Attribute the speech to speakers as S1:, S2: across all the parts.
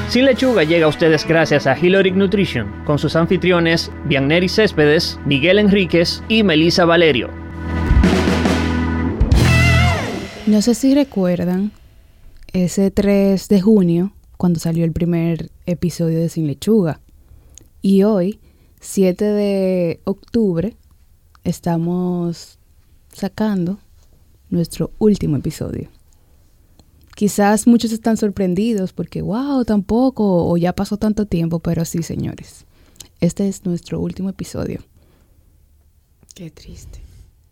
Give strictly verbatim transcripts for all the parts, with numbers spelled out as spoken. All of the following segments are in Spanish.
S1: Sin Lechuga llega a ustedes gracias a Hiloric Nutrition, con sus anfitriones Vianney Céspedes, Miguel Enríquez y Melissa Valerio.
S2: No sé si recuerdan ese tres de junio, cuando salió el primer episodio de Sin Lechuga. Y hoy, siete de octubre, estamos sacando nuestro último episodio. Quizás muchos están sorprendidos porque, wow, tampoco, o ya pasó tanto tiempo, pero sí, señores. Este es nuestro último episodio.
S3: Qué triste.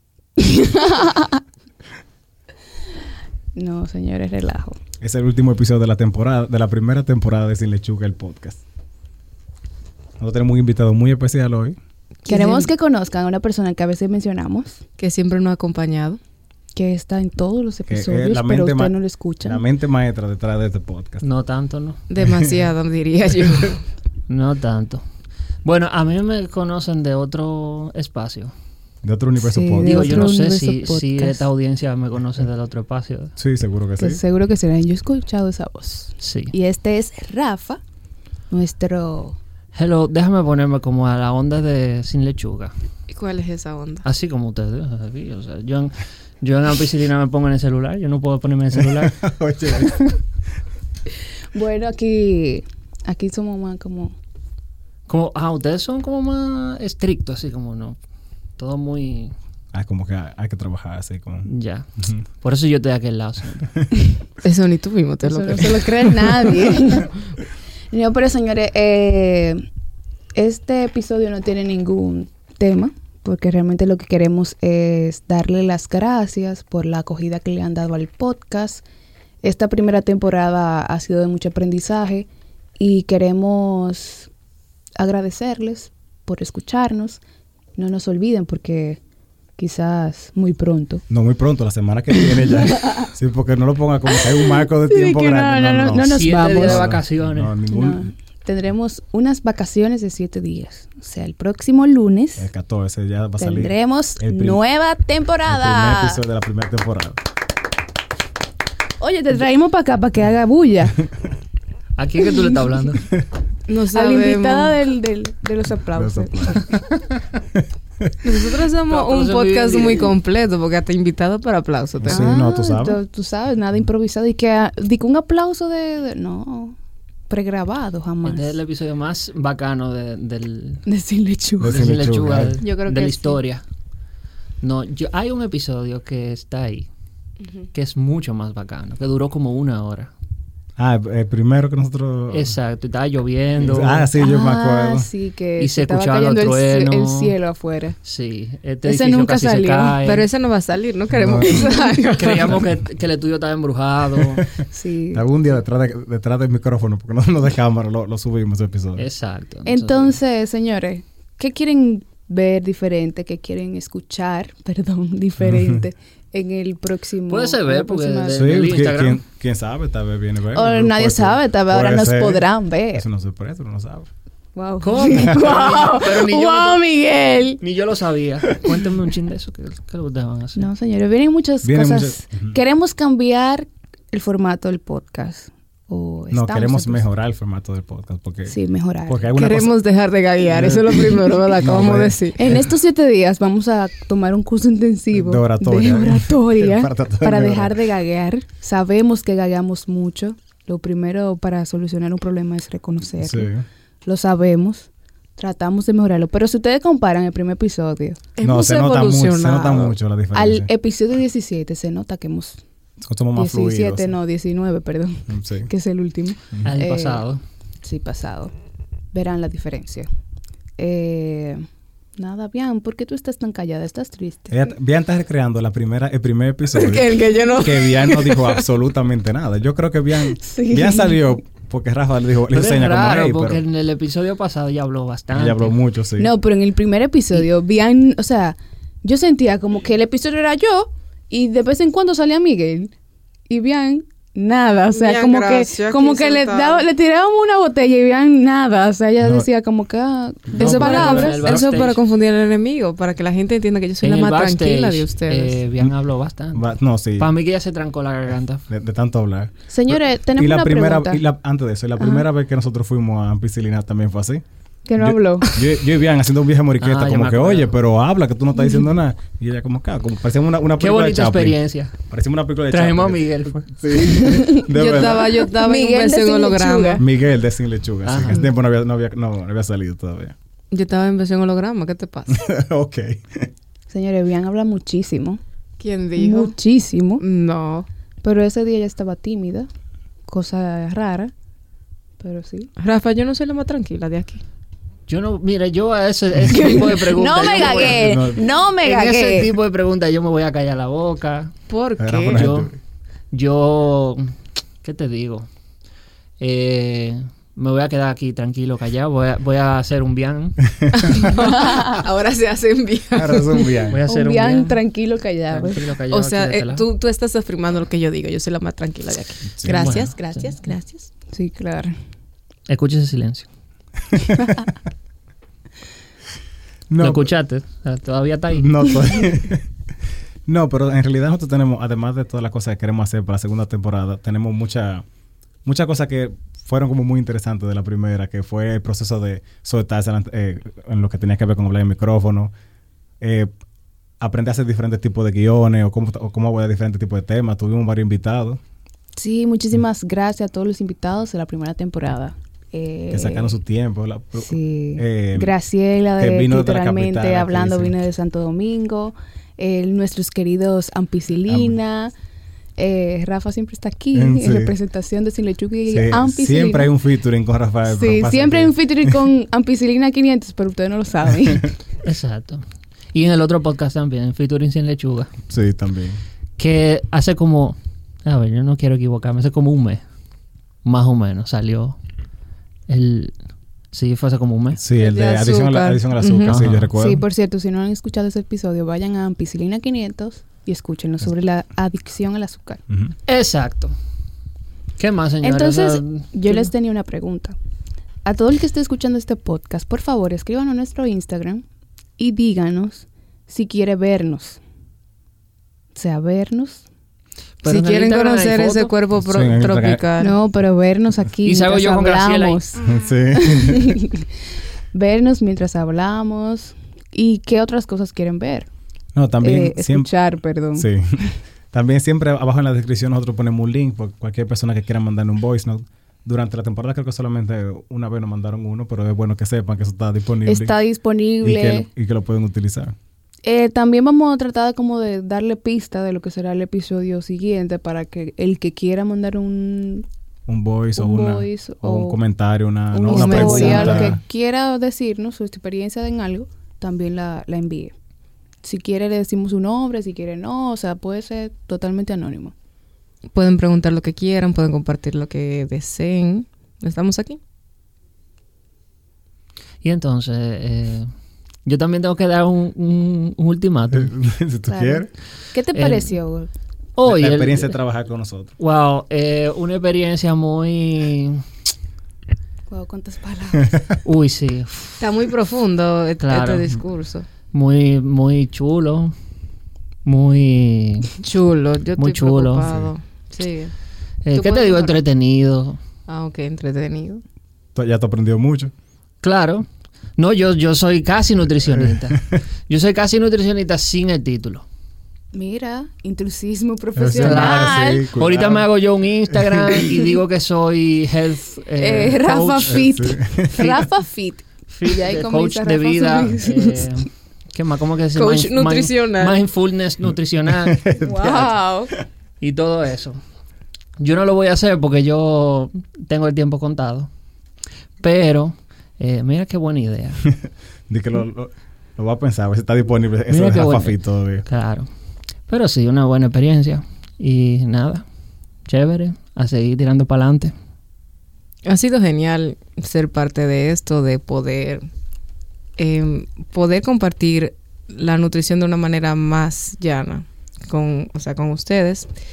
S2: No, señores, relajo.
S4: Es el último episodio de la temporada, de la primera temporada de Sin Lechuga, el podcast. Nosotros tenemos un invitado muy especial hoy.
S2: Queremos que conozcan a una persona que a veces mencionamos,
S3: que siempre nos ha acompañado,
S2: que está en todos los episodios,
S4: la
S2: pero usted
S4: ma-
S2: no lo escucha.
S4: La mente maestra detrás de este podcast.
S1: No tanto, ¿no?
S3: demasiado, diría yo.
S1: No tanto. Bueno, a mí me conocen de otro espacio.
S4: De otro universo
S2: Sí,
S4: podcast.
S2: de
S1: Digo,
S2: otro
S1: yo no sé
S2: universo
S1: si, si
S2: podcast.
S1: esta audiencia me conoce del otro espacio.
S4: Sí, seguro que
S2: Que
S4: sí.
S2: seguro que será. Yo he escuchado esa voz.
S1: Sí.
S2: Y este es Rafa, nuestro...
S1: Hello, déjame ponerme como a la onda de Sin Lechuga.
S3: ¿Y cuál es esa onda?
S1: Así como ustedes. Aquí, o sea, yo en, yo en ampicilina me pongo en el celular. Yo no puedo ponerme en el celular.
S4: Oye,
S2: Bueno, aquí, aquí somos más como...
S1: Como, ah, ustedes son como más estrictos, así como no. Todo muy...
S4: ah, como que hay, hay que trabajar así como...
S1: Ya.
S4: Ujú.
S1: Por eso yo estoy de aquel lado siempre.
S3: Eso ni tú mismo te
S2: Eso
S3: lo
S2: no
S3: crees.
S2: se lo cree nadie. No, pero señores, eh, este episodio no tiene ningún tema, porque realmente lo que queremos es darle las gracias por la acogida que le han dado al podcast. Esta primera temporada ha sido de mucho aprendizaje y queremos agradecerles por escucharnos. No nos olviden porque quizás muy pronto.
S4: No, muy pronto, la semana que viene ya. Sí, porque no lo ponga como que hay un marco de
S2: Sí,
S4: tiempo
S2: que no,
S4: grande.
S2: no, no, no nos
S1: Siete
S2: vamos.
S1: días de vacaciones.
S4: No, ningún...
S2: No, tendremos unas vacaciones de siete días. O sea, el próximo lunes
S4: El catorce ya va a salir.
S2: tendremos
S4: el prim-
S2: nueva
S4: El primer
S2: temporada.
S4: episodio de la primera temporada.
S2: Oye, te traímos para acá para que haga bulla.
S1: ¿A quién que tú le estás hablando?
S3: No
S2: A la
S3: sabemos.
S2: invitada del, del, de los aplausos.
S3: Nosotros somos
S1: No, pero
S3: un
S1: eso
S3: podcast
S1: es muy-
S3: muy completo porque hasta invitado para aplausos.
S4: Sí,
S3: tenemos.
S4: no, tú sabes.
S2: Tú, tú sabes, nada improvisado. Y que, ah, di que un aplauso de, de- No, pregrabado jamás.
S1: Este es el episodio más bacano de, del,
S2: De Sin Lechuga.
S4: De
S1: de
S4: Sin
S1: Sin
S4: Lechuga.
S1: Lechuga, de,
S3: Yo creo
S1: de
S3: que
S1: la
S3: sí.
S1: historia. No, yo, hay un episodio que está ahí, que es mucho más bacano, que duró como una hora.
S4: Ah, el primero que nosotros...
S1: Exacto, y estaba lloviendo.
S4: Ah, sí, yo me acuerdo.
S2: Ah, sí, que
S1: Y se
S2: estaba
S1: escuchaban los
S2: cayendo el, cie-
S1: truenos.
S2: el cielo afuera.
S1: Sí, este
S2: Ese
S1: edificio
S2: nunca
S1: casi
S2: salió,
S1: se cae.
S3: Pero ese no va a salir, no queremos
S4: No.
S3: que salga.
S1: Creíamos que, que el estudio estaba embrujado.
S2: Sí.
S4: Algún día detrás, de, detrás del micrófono, porque no, no de cámara, lo, lo subimos ese episodio.
S1: Exacto.
S2: Entonces, señores, ¿qué quieren ver diferente? ¿Qué quieren escuchar, perdón, diferente en el próximo?
S1: Puede ser ver,
S2: en la
S1: porque
S2: próxima-
S1: de-
S4: Sí,
S1: del
S4: ¿quién,
S1: Instagram.
S4: quién, quién sabe? Tal vez viene a ver.
S2: O
S4: Puede
S2: nadie
S4: ser.
S2: sabe, tal vez ahora
S4: Puede
S2: nos
S4: ser.
S2: podrán ver.
S4: Es una sorpresa, uno no sabe.
S2: Wow.
S1: ¿Cómo?
S2: wow,
S1: Pero ni yo
S2: wow,
S1: me-
S2: Miguel.
S1: Ni yo lo sabía. Cuéntenme un chin de eso. ¿Qué, qué es lo que ustedes van a hacer?
S2: No, señores, vienen muchas
S4: Vienen
S2: cosas.
S4: muchas- Ujú.
S2: Queremos cambiar el formato del podcast. O
S4: No,
S2: estamos
S4: queremos
S2: en-
S4: mejorar el formato del podcast. Porque,
S2: Sí, mejorar.
S4: porque hay una
S3: Queremos dejar de gaguear, eso es lo primero, ¿verdad?
S4: No,
S3: Acabamos de
S4: ve.
S3: decir.
S2: En estos siete días vamos a tomar un curso intensivo
S4: De oratoria.
S2: de oratoria
S4: Para tratar de
S2: para
S4: mejorar.
S2: dejar de gaguear. Sabemos que gagueamos mucho. Lo primero para solucionar un problema es reconocerlo.
S4: Sí.
S2: Lo sabemos. Tratamos de mejorarlo. Pero si ustedes comparan el primer episodio
S4: No,
S3: Hemos
S4: se nota, mucho, se
S3: evolucionado.
S4: nota mucho la
S2: al
S4: diferencia.
S2: episodio diecisiete, se nota que hemos...
S4: Somos más
S2: diecisiete,
S4: fluidos.
S2: no, diecinueve, perdón.
S4: Sí.
S2: Que es el último.
S1: Al
S2: Eh,
S1: pasado.
S2: Sí, pasado. Verán la diferencia. Eh, nada, bien. ¿Por qué tú estás tan callada? ¿Estás triste?
S4: Ella, Bian está recreando la primera, el primer episodio.
S3: Que el que yo no.
S4: que Bian no dijo absolutamente nada. Yo creo que Bian,
S2: Sí.
S4: Bian salió porque Rafa le dijo, le
S1: Pero
S4: hizo
S1: es
S4: seña como
S1: raro,
S4: hey,
S1: porque
S4: pero
S1: en el episodio pasado ya habló bastante.
S4: ella habló mucho, sí.
S2: No, pero en el primer episodio, bien, o sea, yo sentía como que el episodio era yo y de vez en cuando salía Miguel y bien nada, o sea,
S3: Bien,
S2: como
S3: gracias,
S2: que como
S3: aquí
S2: que le,
S3: sentado.
S2: daba, le tirábamos una botella y veían nada, o sea, ella
S4: No.
S2: decía como que ah,
S1: No,
S2: dos
S3: Eso,
S1: pero
S3: para,
S1: en el
S2: palabras.
S3: eso
S1: backstage.
S3: para confundir al enemigo, para que la gente entienda que yo soy
S1: En
S3: la
S1: el
S3: más
S1: backstage,
S3: tranquila de ustedes.
S1: Eh, bien habló bastante.
S4: Va- no, sí.
S1: Para mí que ya se trancó la garganta.
S4: De, de tanto hablar.
S2: Señores, tenemos
S4: y la
S2: una
S4: primera,
S2: pregunta
S4: y la, antes de eso, y la
S2: Ajá.
S4: primera vez que nosotros fuimos a Ampicilina también fue así.
S2: que no
S4: yo,
S2: habló.
S4: Yo, yo y Bian haciendo un viaje a Moriqueta,
S1: Ah, yo
S4: como
S1: me
S4: que,
S1: acuerdo.
S4: oye, pero habla, que tú no estás diciendo nada. Y ella como, acá, como parecía una, una
S1: Qué
S4: película de
S1: bonita
S4: Chaplin.
S1: experiencia.
S4: Parecía una película de
S1: Trajimos a
S4: Chaplin.
S1: Miguel. Fue.
S4: Sí, de
S3: yo,
S4: verdad.
S3: estaba, yo estaba en un
S2: Miguel de
S3: beso en
S2: Sin
S3: holograma.
S2: Lechuga.
S4: Miguel de Sin Lechuga, sí.
S1: Ajá.
S4: En ese tiempo no había, no había, no, no había salido todavía.
S3: Yo estaba en versión holograma, ¿qué te pasa?
S4: Ok.
S2: Señores, Bian habla muchísimo,
S3: ¿Quién dijo?
S2: muchísimo,
S3: No.
S2: pero ese día ella estaba tímida, cosa rara, pero sí.
S3: Rafa, yo no soy la más tranquila de aquí.
S1: Yo no, mira, yo a ese, ese tipo de preguntas.
S2: No me
S1: yo voy a-
S2: gagué,
S4: no-
S2: no me
S1: En ese
S2: gagué.
S1: tipo de preguntas yo me voy a callar la boca.
S3: ¿Por
S4: Era
S3: qué?
S4: por
S1: Yo,
S4: gente-
S1: yo, ¿qué te digo? Eh, me voy a quedar aquí tranquilo, callado. Voy a, voy a hacer un bien.
S3: Ahora se hacen bien.
S4: Ahora es un viaje.
S1: Voy a hacer
S2: Un
S1: un
S2: Bian
S1: bien.
S2: tranquilo, callado.
S1: Tranquilo, callado.
S3: O sea,
S1: aquí de
S3: eh,
S1: este lado.
S3: tú, tú estás afirmando lo que yo digo. Yo soy la más tranquila de aquí.
S4: Sí.
S3: Gracias,
S1: Bueno,
S3: gracias,
S1: sí.
S3: gracias.
S2: Sí, claro.
S1: Escucha ese silencio. ¿Lo
S4: No,
S1: escuchaste? O sea, todavía está ahí.
S4: no, todavía- no, pero en realidad nosotros tenemos, además de todas las cosas que queremos hacer para la segunda temporada, tenemos mucha, muchas cosas que fueron como muy interesantes de la primera, que fue el proceso de soltarse eh, en lo que tenía que ver con hablar en micrófono, eh, aprender a hacer diferentes tipos de guiones o cómo, o cómo abordar diferentes tipos de temas. Tuvimos varios invitados
S2: Sí, muchísimas gracias a todos los invitados de la primera temporada. Eh,
S4: que sacaron su tiempo. La-
S2: Sí.
S4: eh,
S2: Graciela,
S4: que
S2: de,
S4: vino de la
S2: literalmente
S4: capital, aquí,
S2: hablando,
S4: sí.
S2: vino de Santo Domingo. Eh, nuestros queridos Ampicilina. Eh, Rafa siempre está aquí
S4: Mm,
S2: en
S4: sí.
S2: representación de Sin Lechuga y
S4: sí,
S2: Ampicilina.
S4: siempre hay un featuring con Rafael. pero
S2: Sí,
S4: pasa
S2: siempre
S4: que-
S2: hay un featuring con Ampicilina quinientos, pero ustedes no lo saben.
S1: Exacto. Y en el otro podcast también, en Featuring Sin Lechuga,
S4: Sí, también.
S1: que hace como, a ver, yo no quiero equivocarme, hace como un mes, más o menos, salió el, sí, fue hace como un mes.
S4: Sí, el de,
S3: de
S4: adición, a la,
S3: azúcar.
S4: adición al azúcar,
S1: Ujú.
S4: sí, yo
S1: Ajá.
S4: recuerdo.
S2: Sí, por cierto, si no han escuchado ese episodio, vayan a Ampicilina quinientos y escúchenlo sobre la adicción al azúcar.
S4: Ujú.
S1: Exacto. ¿Qué más, señores?
S2: Entonces,
S1: O sea,
S2: yo
S1: ¿qué-
S2: les tenía una pregunta. A todo el que esté escuchando este podcast, por favor, escríbanos a nuestro Instagram y díganos si quiere vernos. O sea, vernos.
S1: pero
S3: Si
S1: en el
S3: quieren
S1: Instagram hay
S3: conocer ese
S1: fotos.
S3: cuerpo pro-
S4: Sí, en el Instagram.
S3: tropical.
S2: No, pero vernos aquí
S1: Y salgo
S2: mientras
S1: yo con Graciela ahí.
S2: hablamos.
S4: Sí.
S2: Vernos mientras hablamos. ¿Y qué otras cosas quieren ver?
S4: No, también
S2: Eh,
S4: siempre.
S2: escuchar, perdón.
S4: Sí. También siempre abajo en la descripción nosotros ponemos un link por cualquier persona que quiera mandar un voice note. Durante la temporada creo que solamente una vez nos mandaron uno, pero es bueno que sepan que eso está disponible.
S2: Está
S4: y
S2: disponible.
S4: que, y que lo pueden utilizar.
S2: Eh, también vamos a tratar de como de darle pista de lo que será el episodio siguiente para que el que quiera mandar un,
S4: Un voice,
S2: Un
S4: o, una,
S2: voice
S4: o un
S2: o
S4: comentario, una,
S2: una
S4: no, una
S2: historia,
S4: pregunta.
S2: lo que quiera decirnos, su experiencia en algo, también la, la envíe. Si quiere le decimos su nombre, si quiere no, o sea, puede ser totalmente anónimo.
S3: Pueden preguntar lo que quieran, pueden compartir lo que deseen. Estamos aquí.
S1: Y entonces, eh, yo también tengo que dar un, un, un ultimátum.
S4: si tú
S2: Claro.
S4: quieres.
S2: ¿Qué te
S1: Eh,
S2: pareció?
S1: Hoy,
S4: la
S1: el-
S4: experiencia de trabajar con nosotros.
S1: wow, eh, una experiencia muy...
S2: Wow, ¿cuántas palabras?
S1: Uy, sí.
S3: Está muy profundo este,
S1: Claro.
S3: este discurso.
S1: Muy, muy chulo. Muy...
S3: Chulo. Yo
S1: Muy
S3: estoy
S1: chulo,
S3: preocupado. Sí.
S1: eh,
S3: ¿Tú
S1: ¿Qué te
S3: puedes
S1: digo?
S3: mejorar?
S1: Entretenido.
S3: Ah, ok, entretenido.
S4: Tú- Ya te aprendió mucho.
S1: Claro. No, yo, yo soy casi nutricionista. Yo soy casi nutricionista sin el título.
S2: Mira, intrusismo
S4: Claro,
S2: profesional.
S4: sí, cuidado.
S1: Ahorita me hago yo un Instagram y digo que soy health eh,
S2: Eh, Rafa
S1: coach,
S2: Fit.
S4: sí.
S2: Rafa Fit.
S1: fit,
S2: Y ahí
S1: eh,
S2: comienza
S1: coach de
S2: Rafa
S1: vida.
S2: Fit.
S1: eh, ¿Qué más? ¿Cómo que se
S3: Coach
S1: Mind- mind-
S3: nutricional.
S1: Mindfulness nutricional
S2: Wow.
S1: y todo eso. Yo no lo voy a hacer porque yo tengo el tiempo contado. Pero, eh, mira qué buena idea.
S4: Di que lo, lo, lo voy a pensar, a ver si está disponible. Eso
S1: Mira
S4: de
S1: qué
S4: Rafa
S1: bueno.
S4: Fit todavía.
S1: Claro. Pero sí, una buena experiencia. Y nada, chévere. A seguir tirando para adelante.
S3: Ha sido genial ser parte de esto, de poder, eh, poder compartir la nutrición de una manera más llana con, o sea, con ustedes.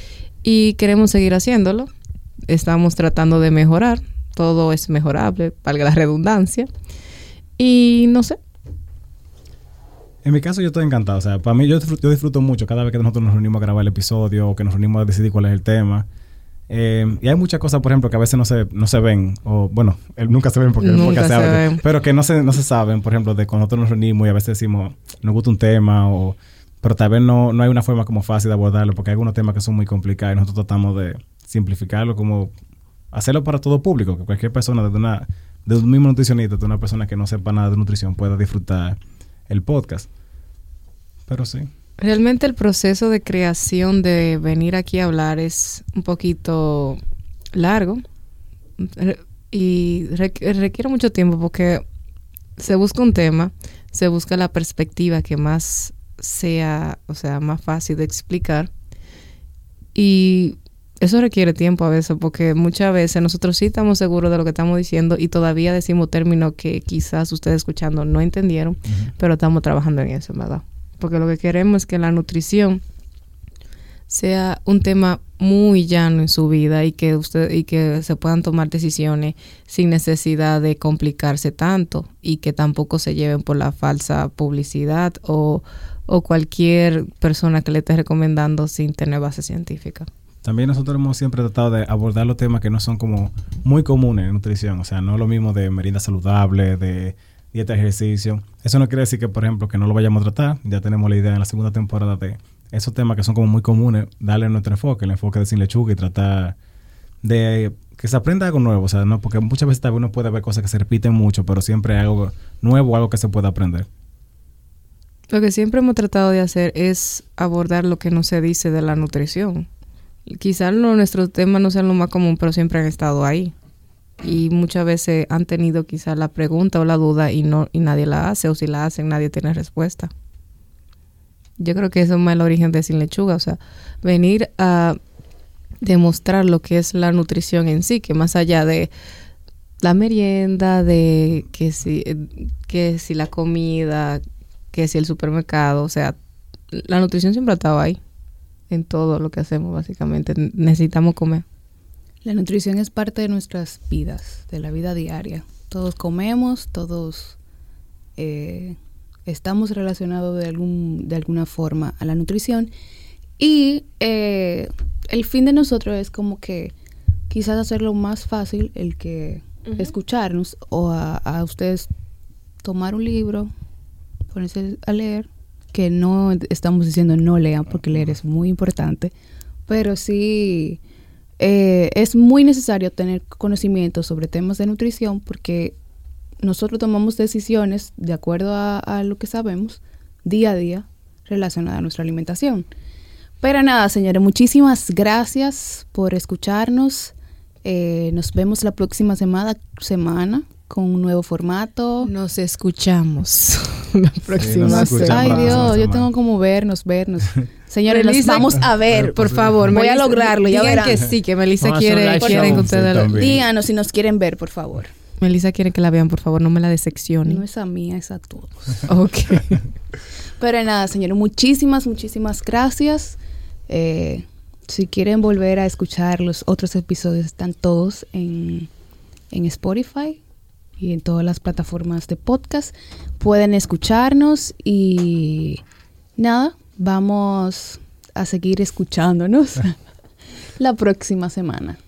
S3: y queremos seguir haciéndolo. Estamos tratando de mejorar. Todo es mejorable, valga la redundancia. Y no sé.
S4: En mi caso yo estoy encantado. O sea, para mí yo disfruto, yo disfruto mucho cada vez que nosotros nos reunimos a grabar el episodio o que nos reunimos a decidir cuál es el tema. Eh, y hay muchas cosas, por ejemplo, que a veces no se, no se ven. O bueno, nunca se ven porque,
S3: nunca
S4: porque
S3: se
S4: abre,
S3: ven.
S4: Pero que no se, no se saben, por ejemplo, de cuando nosotros nos reunimos y a veces decimos, nos gusta un tema o... Pero tal vez no, no hay una forma como fácil de abordarlo porque hay algunos temas que son muy complicados y nosotros tratamos de simplificarlo, como hacerlo para todo público, que cualquier persona, desde una, desde un mismo nutricionista, de una persona que no sepa nada de nutrición, pueda disfrutar el podcast. Pero sí.
S3: Realmente el proceso de creación de venir aquí a hablar es un poquito largo y requiere mucho tiempo porque se busca un tema, se busca la perspectiva que más sea, o sea, más fácil de explicar y eso requiere tiempo a veces porque muchas veces nosotros sí estamos seguros de lo que estamos diciendo y todavía decimos términos que quizás ustedes escuchando no entendieron, uh-huh. pero estamos trabajando en eso, ¿verdad? Porque lo que queremos es que la nutrición sea un tema muy llano en su vida y que usted y que se puedan tomar decisiones sin necesidad de complicarse tanto y que tampoco se lleven por la falsa publicidad o, o cualquier persona que le esté recomendando sin tener base científica.
S4: También nosotros hemos siempre tratado de abordar los temas que no son como muy comunes en nutrición, o sea, no es lo mismo de merienda saludable, de dieta, ejercicio. Eso no quiere decir que, por ejemplo, que no lo vayamos a tratar. Ya tenemos la idea en la segunda temporada de esos temas que son como muy comunes, darle nuestro enfoque, el enfoque de Sin Lechuga y tratar de que se aprenda algo nuevo. O sea, no, porque muchas veces uno puede ver cosas que se repiten mucho, pero siempre hay algo nuevo, algo que se pueda aprender.
S3: Lo que siempre hemos tratado de hacer es abordar lo que no se dice de la nutrición. Quizás no, nuestros temas no sean lo más común, pero siempre han estado ahí. Y muchas veces han tenido quizás la pregunta o la duda y no y nadie la hace, o si la hacen nadie tiene respuesta. Yo creo que eso es más el origen de Sin Lechuga, o sea, venir a demostrar lo que es la nutrición en sí, que más allá de la merienda, de que si, que si la comida, que si el supermercado, o sea, la nutrición siempre ha estado ahí, en todo lo que hacemos básicamente, necesitamos comer.
S2: La nutrición es parte de nuestras vidas, de la vida diaria. Todos comemos, todos eh, estamos relacionados de, algún, de alguna forma a la nutrición. Y eh, el fin de nosotros es como que quizás hacerlo más fácil, el que uh-huh. escucharnos o a, a ustedes tomar un libro, ponerse a leer, que no estamos diciendo no lean, porque leer es muy importante, pero sí... Eh, es muy necesario tener conocimiento sobre temas de nutrición porque nosotros tomamos decisiones de acuerdo a, a lo que sabemos día a día relacionadas a nuestra alimentación. Pero nada, señores, muchísimas gracias por escucharnos. Eh, nos vemos la próxima semana, semana con un nuevo formato.
S3: Nos escuchamos la próxima
S4: sí,
S3: semana.
S2: Ay Dios, yo tengo como vernos, vernos. Señores,
S3: Melissa,
S2: nos vamos a ver.
S3: Por favor,
S2: voy
S3: Melissa,
S2: a lograrlo, ya
S3: digan
S2: verán.
S3: que sí, que Melissa
S1: Vamos a
S3: quiere,
S1: hacer un
S3: quieren
S1: live
S3: que
S1: show.
S3: ustedes...
S4: Sí,
S2: Díganos si nos quieren ver, por favor.
S3: Melissa quiere que la vean, por favor, no me la decepcionen.
S2: No es a mí, es a todos.
S3: Ok.
S2: Pero nada, señores, muchísimas, muchísimas gracias. Eh, si quieren volver a escuchar los otros episodios, están todos en, en Spotify y en todas las plataformas de podcast. Pueden escucharnos y nada, vamos a seguir escuchándonos la próxima semana.